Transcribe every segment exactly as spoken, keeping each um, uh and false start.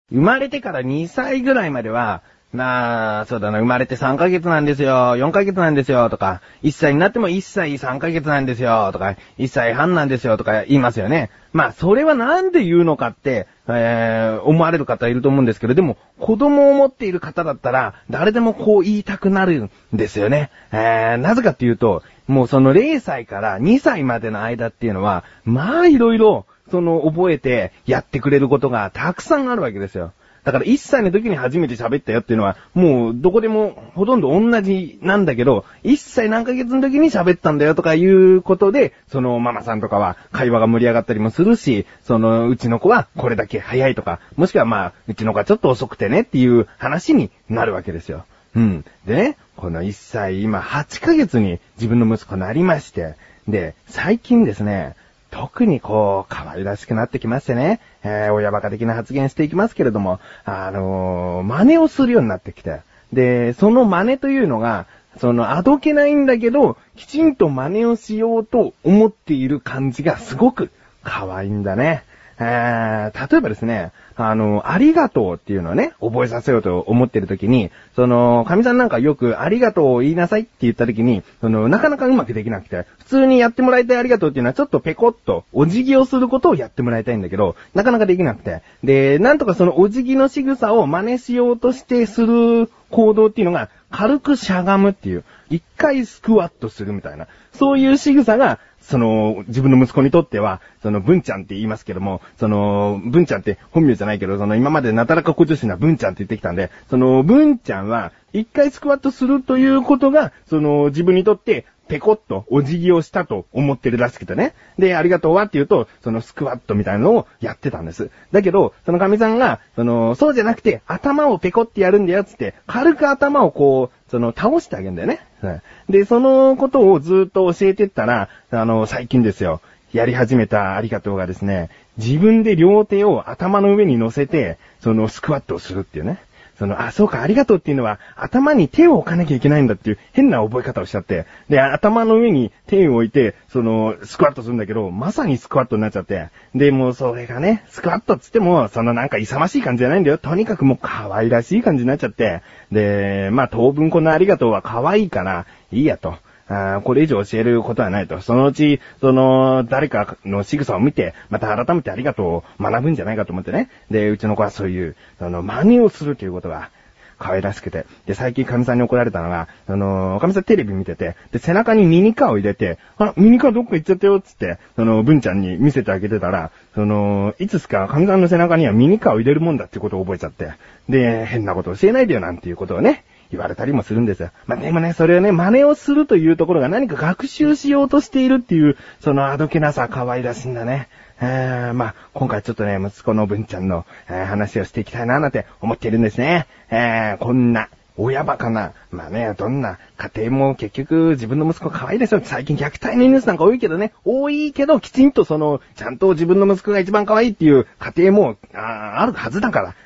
生まれてからにさいぐらいまでは、まあ、そうだな、生まれてさんかげつなんですよ、よんかげつなんですよ、とか、いっさいになってもいっさいさんかげつなんですよ、とか、いっさいはんなんですよ、とか言いますよね。まあ、それはなんで言うのかって、えー、思われる方いると思うんですけど、でも、子供を持っている方だったら、誰でもこう言いたくなるんですよね。えー、なぜかっていうと、もうそのぜろさいからにさいまでの間っていうのは、まあ、いろいろ、その、覚えてやってくれることがたくさんあるわけですよ。だからいっさいの時に初めて喋ったよっていうのは、もうどこでもほとんど同じなんだけど、いっさい何ヶ月の時に喋ったんだよとかいうことで、そのママさんとかは会話が盛り上がったりもするし、そのうちの子はこれだけ早いとか、もしくはまあ、うちの子はちょっと遅くてねっていう話になるわけですよ。うん。でね、このいっさい、今はちかげつに自分の息子になりまして、で、最近ですね、特にこう、可愛らしくなってきましてね、えー、親バカ的な発言していきますけれども、あのー、真似をするようになってきて、で、その真似というのが、その、あどけないんだけど、きちんと真似をしようと思っている感じがすごく可愛いんだね。えー、例えばですね、あの、ありがとうっていうのをね、覚えさせようと思ってるときに、その、神さんなんかよくありがとうを言いなさいって言ったときに、その、なかなかうまくできなくて、普通にやってもらいたいありがとうっていうのはちょっとペコッと、お辞儀をすることをやってもらいたいんだけど、なかなかできなくて。で、なんとかそのお辞儀の仕草を真似しようとしてする行動っていうのが、軽くしゃがむっていう、一回スクワットするみたいな、そういう仕草が、その、自分の息子にとっては、その、文ちゃんって言いますけども、その、文ちゃんって本名じゃないけど、その、今までなだらか小女子な文ちゃんって言ってきたんで、その、文ちゃんは、一回スクワットするということが、その、自分にとって、ペコッとお辞儀をしたと思ってるらしくてね。で、ありがとうはって言うと、そのスクワットみたいなのをやってたんです。だけど、その神さんが、その、そうじゃなくて、頭をペコってやるんだよ、つって、軽く頭をこう、その、倒してあげるんだよね。で、そのことをずっと教えてったら、あの、最近ですよ、やり始めたありがとうがですね、自分で両手を頭の上に乗せて、その、スクワットをするっていうね。その、あ、そうか、ありがとうっていうのは、頭に手を置かなきゃいけないんだっていう変な覚え方をしちゃって、で、頭の上に手を置いて、その、スクワットするんだけど、まさにスクワットになっちゃって、で、もうそれがね、スクワットっつっても、そのなんか勇ましい感じじゃないんだよ。とにかくもう可愛らしい感じになっちゃって、で、まあ、当分このありがとうは可愛いから、いいやと。あこれ以上教えることはないと。そのうち、その、誰かの仕草を見て、また改めてありがとうを学ぶんじゃないかと思ってね。で、うちの子はそういう、あの、真似をするということが、可愛らしくて。で、最近神さんに怒られたのが、あのー、神さんテレビ見てて、で、背中にミニカーを入れて、あ、ミニカーどっか行っちゃったよ、つって、その、文ちゃんに見せてあげてたら、その、いつすか神さんの背中にはミニカーを入れるもんだってことを覚えちゃって、で、変なこと教えないでよなんていうことをね、言われたりもするんですよ。まあ、でもね、それをね、真似をするというところが何か学習しようとしているっていう、そのあどけなさ可愛らしいんだね。えー、まあ、今回ちょっとね、息子の文ちゃんの、えー、話をしていきたいななんて思っているんですね。えー、こんな、親バカな、まあね、どんな家庭も結局自分の息子可愛いですよ。最近虐待のニュースなんか多いけどね、多いけどきちんとその、ちゃんと自分の息子が一番可愛いっていう家庭も、あ, あるはずだから、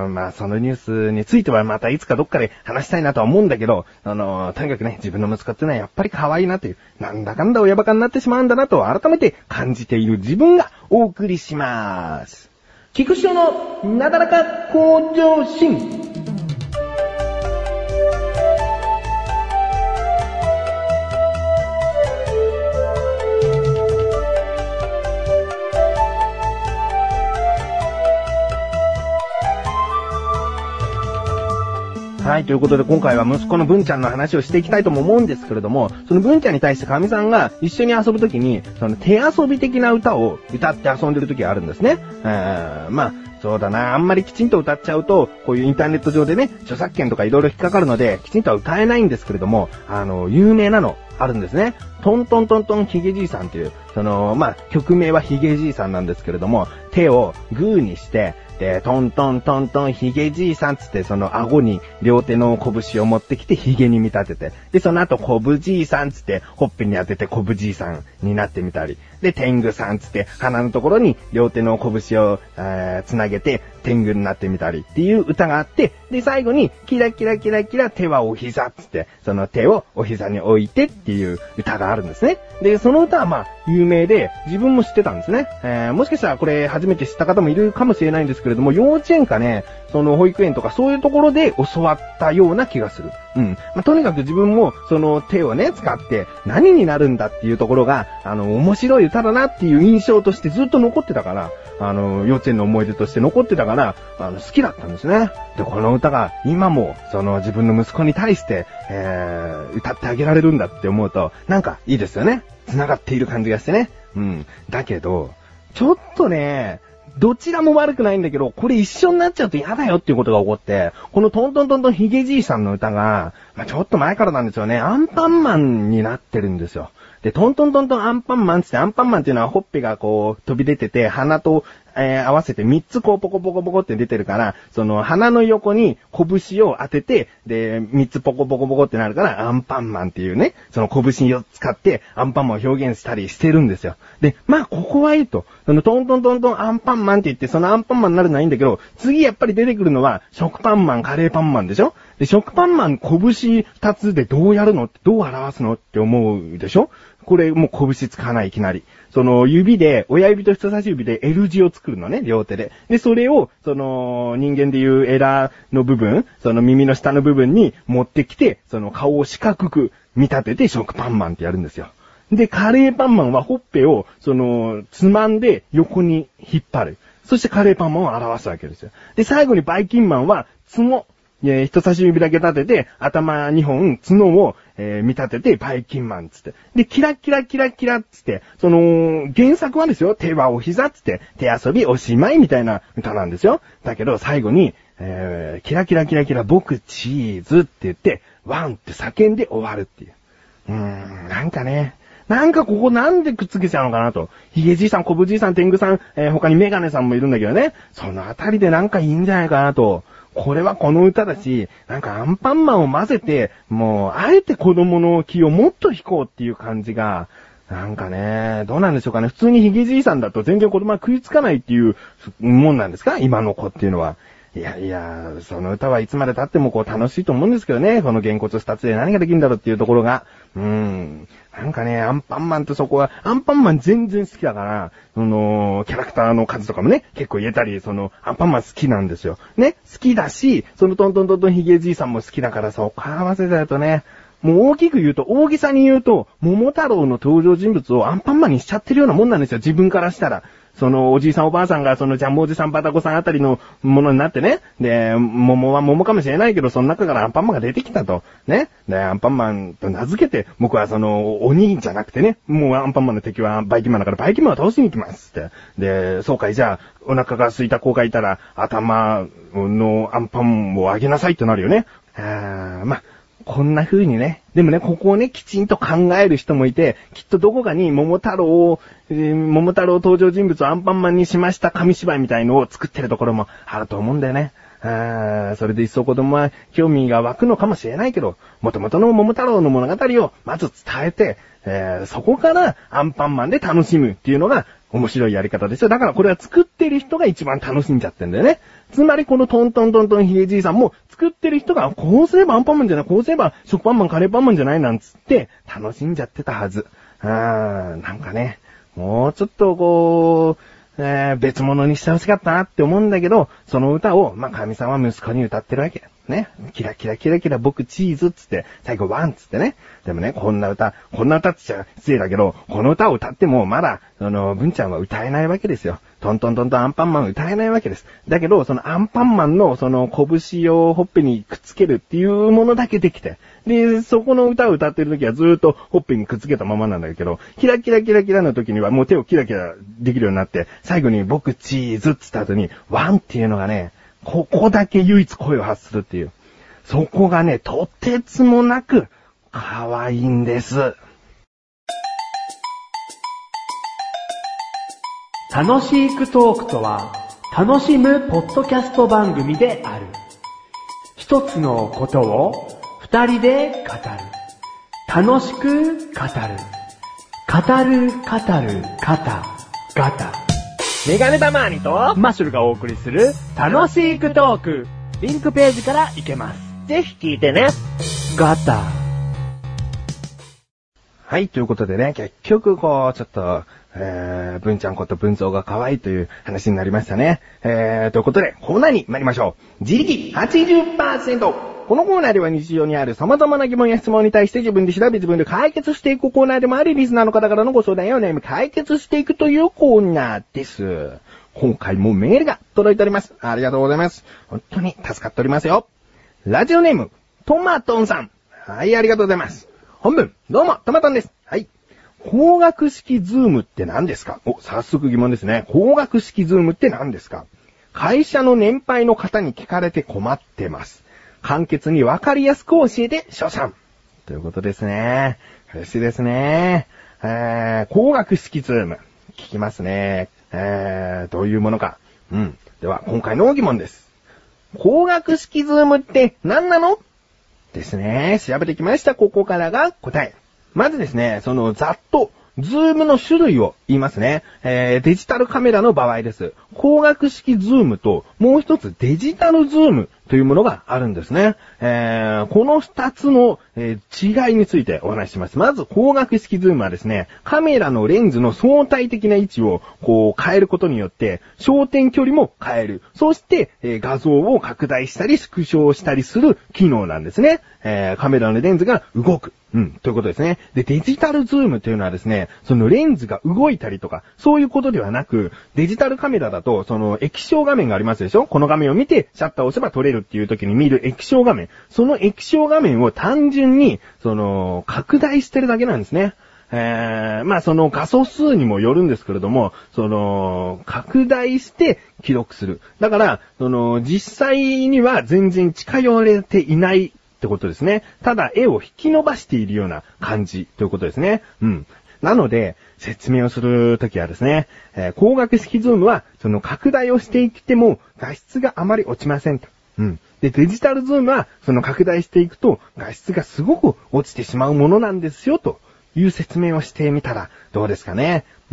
あまあそのニュースについてはまたいつかどっかで話したいなとは思うんだけど、あの、とにかくね、自分の息子っていうのはやっぱり可愛いなという、なんだかんだ親バカになってしまうんだなと改めて感じている自分がお送りします。菊師匠のなだらか向上心。はい、ということで今回は息子の文ちゃんの話をしていきたいとも思うんですけれども、その文ちゃんに対して神さんが一緒に遊ぶときに、その手遊び的な歌を歌って遊んでるときがあるんですね。えー、まあ、そうだな、あんまりきちんと歌っちゃうと、こういうインターネット上でね、著作権とかいろいろ引っかかるので、きちんとは歌えないんですけれども、あの、有名なのあるんですね。トントントントンヒゲじいさんっていう、その、まあ、曲名はヒゲじいさんなんですけれども、手をグーにして、で、トントントントンヒゲじいさんつってその顎に両手の拳を持ってきてヒゲに見立てて、で、その後コブじいさんつってほっぺに当ててコブじいさんになってみたり、で、天狗さんつって鼻のところに両手の拳を、えー、つなげて天狗になってみたりっていう歌があって、で、最後に、キラキラキラキラ手はお膝っつって、その手をお膝に置いてっていう歌があるんですね。で、その歌はまあ、有名で、自分も知ってたんですね。えー、もしかしたらこれ初めて知った方もいるかもしれないんですけれども、幼稚園かね、その保育園とかそういうところで教わったような気がする。うん。まあ、とにかく自分もその手をね、使って何になるんだっていうところが、あの、面白い歌だなっていう印象としてずっと残ってたから、あの、幼稚園の思い出として残ってたから、あの、好きだったんですね。で、この歌が今も、その自分の息子に対して、えー、歌ってあげられるんだって思うと、なんかいいですよね。繋がっている感じがしてね。うん。だけど、ちょっとね、どちらも悪くないんだけど、これ一緒になっちゃうと嫌だよっていうことが起こって、このトントントントンヒゲじいさんの歌が、まあ、ちょっと前からなんですよね、アンパンマンになってるんですよ。で、トントントントンアンパンマンってアンパンマンっていうのはほっぺがこう飛び出てて、鼻と、えー、合わせてみっつこうポコポコポコって出てるから、その鼻の横に拳を当てて、で、みっつポコポコポコってなるからアンパンマンっていうね、その拳を使ってアンパンマンを表現したりしてるんですよ。で、まあここはいいと。そのトントントントンアンパンマンって言ってそのアンパンマンになるのはいいんだけど、次やっぱり出てくるのは食パンマン、カレーパンマンでしょ？で、食パンマン拳二つでどうやるの？どう表すのって思うでしょ？これもう拳使わないいきなり。その指で、親指と人差し指で L 字を作るのね、両手で。で、それを、その人間でいうエラの部分、その耳の下の部分に持ってきて、その顔を四角く見立てて食パンマンってやるんですよ。で、カレーパンマンはほっぺを、その、つまんで横に引っ張る。そしてカレーパンマンを表すわけですよ。で、最後にバイキンマンは、角。えー、人差し指だけ立てて、頭にほん、角を、えー、見立てて、バイキンマンつって。で、キラキラキラキラつって、その、原作はですよ、手はお膝つって、手遊びおしまいみたいな歌なんですよ。だけど、最後に、えー、キラキラキラキラ僕チーズって言って、ワンって叫んで終わるっていう。うーん、なんかね、なんかここなんでくっつけちゃうのかなと。ヒゲじいさん、コブじいさん、天狗さん、えー、他にメガネさんもいるんだけどね。そのあたりでなんかいいんじゃないかなと。これはこの歌だし、なんかアンパンマンを混ぜて、もう、あえて子供の気をもっと引こうっていう感じが、なんかね、どうなんでしょうかね。普通にヒゲじいさんだと全然子供は食いつかないっていうもんなんですか？今の子っていうのは。いやいや、その歌はいつまで経ってもこう楽しいと思うんですけどね。このげんこつ二つで何ができるんだろうっていうところが。うーん。なんかね、アンパンマンとそこは、アンパンマン全然好きだから、その、キャラクターの数とかもね、結構言えたり、その、アンパンマン好きなんですよ。ね、好きだし、そのトントントントンヒゲじいさんも好きだから、そこ合わせちゃうとね、もう大きく言うと、大げさに言うと、桃太郎の登場人物をアンパンマンにしちゃってるようなもんなんですよ、自分からしたら。そのおじいさんおばあさんがそのジャムおじさんバタコさんあたりのものになってね。で、桃は桃かもしれないけど、その中からアンパンマンが出てきたと。ね。で、アンパンマンと名付けて、僕はその鬼じゃなくてね、もうアンパンマンの敵はバイキンマンだからバイキンマンを倒しに行きますって。で、そうかい、じゃあ、お腹が空いた子がいたら、頭のアンパンをあげなさいってなるよね。あー、まあ、こんな風にね。でもね、ここをね、きちんと考える人もいて、きっとどこかに桃太郎を、えー、桃太郎登場人物をアンパンマンにしました紙芝居みたいのを作ってるところもあると思うんだよね。あー、それで一層子供は興味が湧くのかもしれないけど、元々の桃太郎の物語をまず伝えて、えー、そこからアンパンマンで楽しむっていうのが面白いやり方ですよ。だからこれは作ってる人が一番楽しんじゃってんだよね。つまりこのトントントントンヒゲじいさんも作ってる人がこうすればアンパンマンじゃない、こうすれば食パンマンカレーパンマンじゃないなんつって楽しんじゃってたはず。あー、なんかね、もうちょっとこう、えー、別物にしてほしかったなって思うんだけど、その歌を、まあ、神さんは息子に歌ってるわけ。ね。キラキラキラキラ僕チーズっつって、最後ワンっつってね。でもね、こんな歌、こんな歌ってちゃ失礼だけど、この歌を歌ってもまだ、その、文ちゃんは歌えないわけですよ。トントントントンアンパンマン歌えないわけです。だけど、そのアンパンマンのその拳をほっぺにくっつけるっていうものだけできて。で、そこの歌を歌ってる時はずーっとほっぺにくっつけたままなんだけど、キラキラキラキラの時にはもう手をキラキラできるようになって、最後に僕チーズっつった後にワンっていうのがね、ここだけ唯一声を発するっていう。そこがね、とてつもなく可愛いんです。 楽しいクトークとは、楽しむポッドキャスト番組である。一つのことを二人で語る。楽しく語る。語る、語る、語、ガタ。 メガネたまーにとマッシュルがお送りする楽しいクトーク。リンクページから行けます。 ぜひ聞いてね。 ガタ。 はい、ということでね、結局こう、ちょっと、えー、文ちゃんこと文蔵が可愛いという話になりましたね。えー、ということで、コーナーに参りましょう。自力 はちじゅっパーセント。このコーナーでは日常にある様々な疑問や質問に対して自分で調べ自分で解決していくコーナーでもあり、リスナーの方からのご相談やお悩み解決していくというコーナーです。今回もメールが届いております。ありがとうございます。本当に助かっておりますよ。ラジオネーム、トマトンさん。はい、ありがとうございます。本文、どうも、トマトンです。はい。光学式ズームって何ですか？お、早速疑問ですね。光学式ズームって何ですか？会社の年配の方に聞かれて困ってます。簡潔にわかりやすく教えて、所さん。ということですね。嬉しいですね。えー、光学式ズーム。聞きますね。えー、どういうものか。うん。では、今回の疑問です。光学式ズームって何なの？ですね。調べてきました。ここからが答え。まずですね、そのざっと、ズームの種類を言いますね。えー、デジタルカメラの場合です。光学式ズームと、もう一つデジタルズームというものがあるんですね。えー、この二つの、えー、違いについてお話しします。まず、光学式ズームはですね、カメラのレンズの相対的な位置を、こう、変えることによって、焦点距離も変える。そして、えー、画像を拡大したり、縮小したりする機能なんですね。えー、カメラのレンズが動く。うん、ということですね。で、デジタルズームというのはですね、そのレンズが動いたりとか、そういうことではなく、デジタルカメラだと、その液晶画面がありますでしょ？この画面を見て、シャッターを押せば撮れるっていう時に見る液晶画面。その液晶画面を単純に、その、拡大してるだけなんですね。えー、まあその画素数にもよるんですけれども、その、拡大して記録する。だから、その、実際には全然近寄れていない、ってことですね。ただ絵を引き伸ばしているような感じということですね。うん。なので、説明をするときはですね、えー、光学式ズームは、その拡大をしていっても画質があまり落ちませんと。うん。で、デジタルズームは、その拡大していくと画質がすごく落ちてしまうものなんですよ、という説明をしてみたらどうですかね。うん。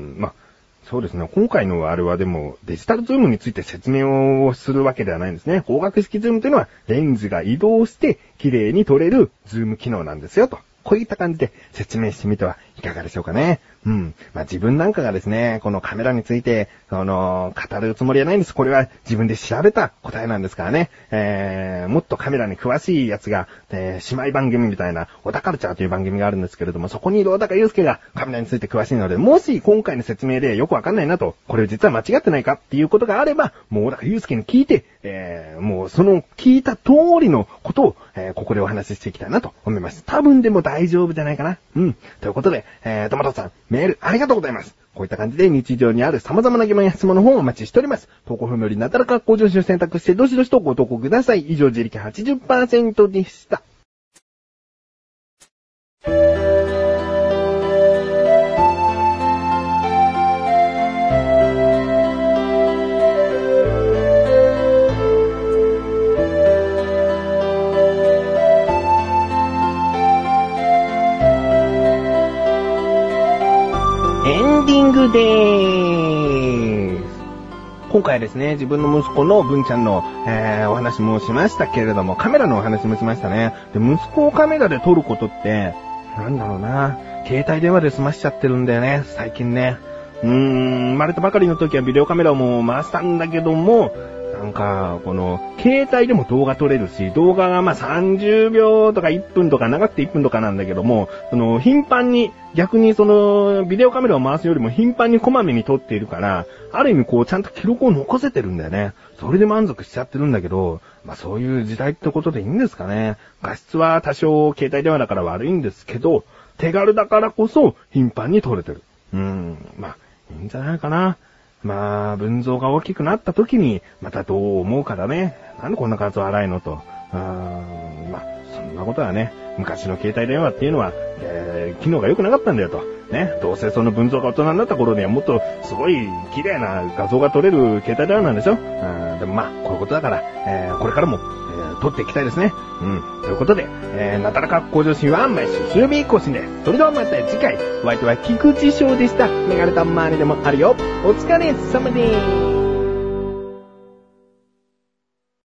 まあそうですね。今回のあれはでもデジタルズームについて説明をするわけではないんですね。光学式ズームというのはレンズが移動して綺麗に撮れるズーム機能なんですよと。こういった感じで説明してみてはいかがでしょうかね。うん。まあ、自分なんかがですね、このカメラについて、その、語るつもりはないんです。これは自分で調べた答えなんですからね。えー、もっとカメラに詳しいやつが、えー、姉妹番組みたいな、オタカルチャーという番組があるんですけれども、そこにいる小高祐介がカメラについて詳しいので、もし今回の説明でよくわかんないなと、これ実は間違ってないかっていうことがあれば、もう小高祐介に聞いて、えー、もうその聞いた通りのことを、えー、ここでお話ししていきたいなと思います。多分でも大丈夫じゃないかな。うん。ということで、えー、トマトさん、メールありがとうございます。こういった感じで日常にある様々な疑問や質問の方をお待ちしております。投稿フォームよりなだらか向上心を選択してどしどしとご投稿ください。以上、自力 はちじゅっパーセント でした。エンディングでーす。今回ですね、自分の息子の文ちゃんの、えー、お話もしましたけれども、カメラのお話もしましたね。で、息子をカメラで撮ることって、なんだろうな、携帯電話で済ましちゃってるんだよね、最近ね。うーん、生まれたばかりの時はビデオカメラも回したんだけども、なんか、この、携帯でも動画撮れるし、動画がまあさんじゅうびょうとかいっぷんとか長くていっぷんとかなんだけども、その、頻繁に、逆にその、ビデオカメラを回すよりも頻繁にこまめに撮っているから、ある意味こう、ちゃんと記録を残せてるんだよね。それで満足しちゃってるんだけど、まあそういう時代ってことでいいんですかね。画質は多少携帯電話だから悪いんですけど、手軽だからこそ頻繁に撮れてる。うーん、まあ、いいんじゃないかな。まあ、文像が大きくなった時に、またどう思うかだね。なんでこんな画像荒いのと。うーん、まあ、そんなことはね、昔の携帯電話っていうのは、えー、機能が良くなかったんだよと。 ね、どうせその文像が大人になった頃にはもっとすごい綺麗な画像が撮れる携帯電話なんでしょ。うん、でもまあ、こういうことだから、えー、これからも、えー、撮っていきたいですね。うん。ということで、えー、なだらか向上心は毎週水曜日更新です。それではまた次回、お相手は菊池翔でした。メガネたまーにでもあるよ。お疲れ様でーす。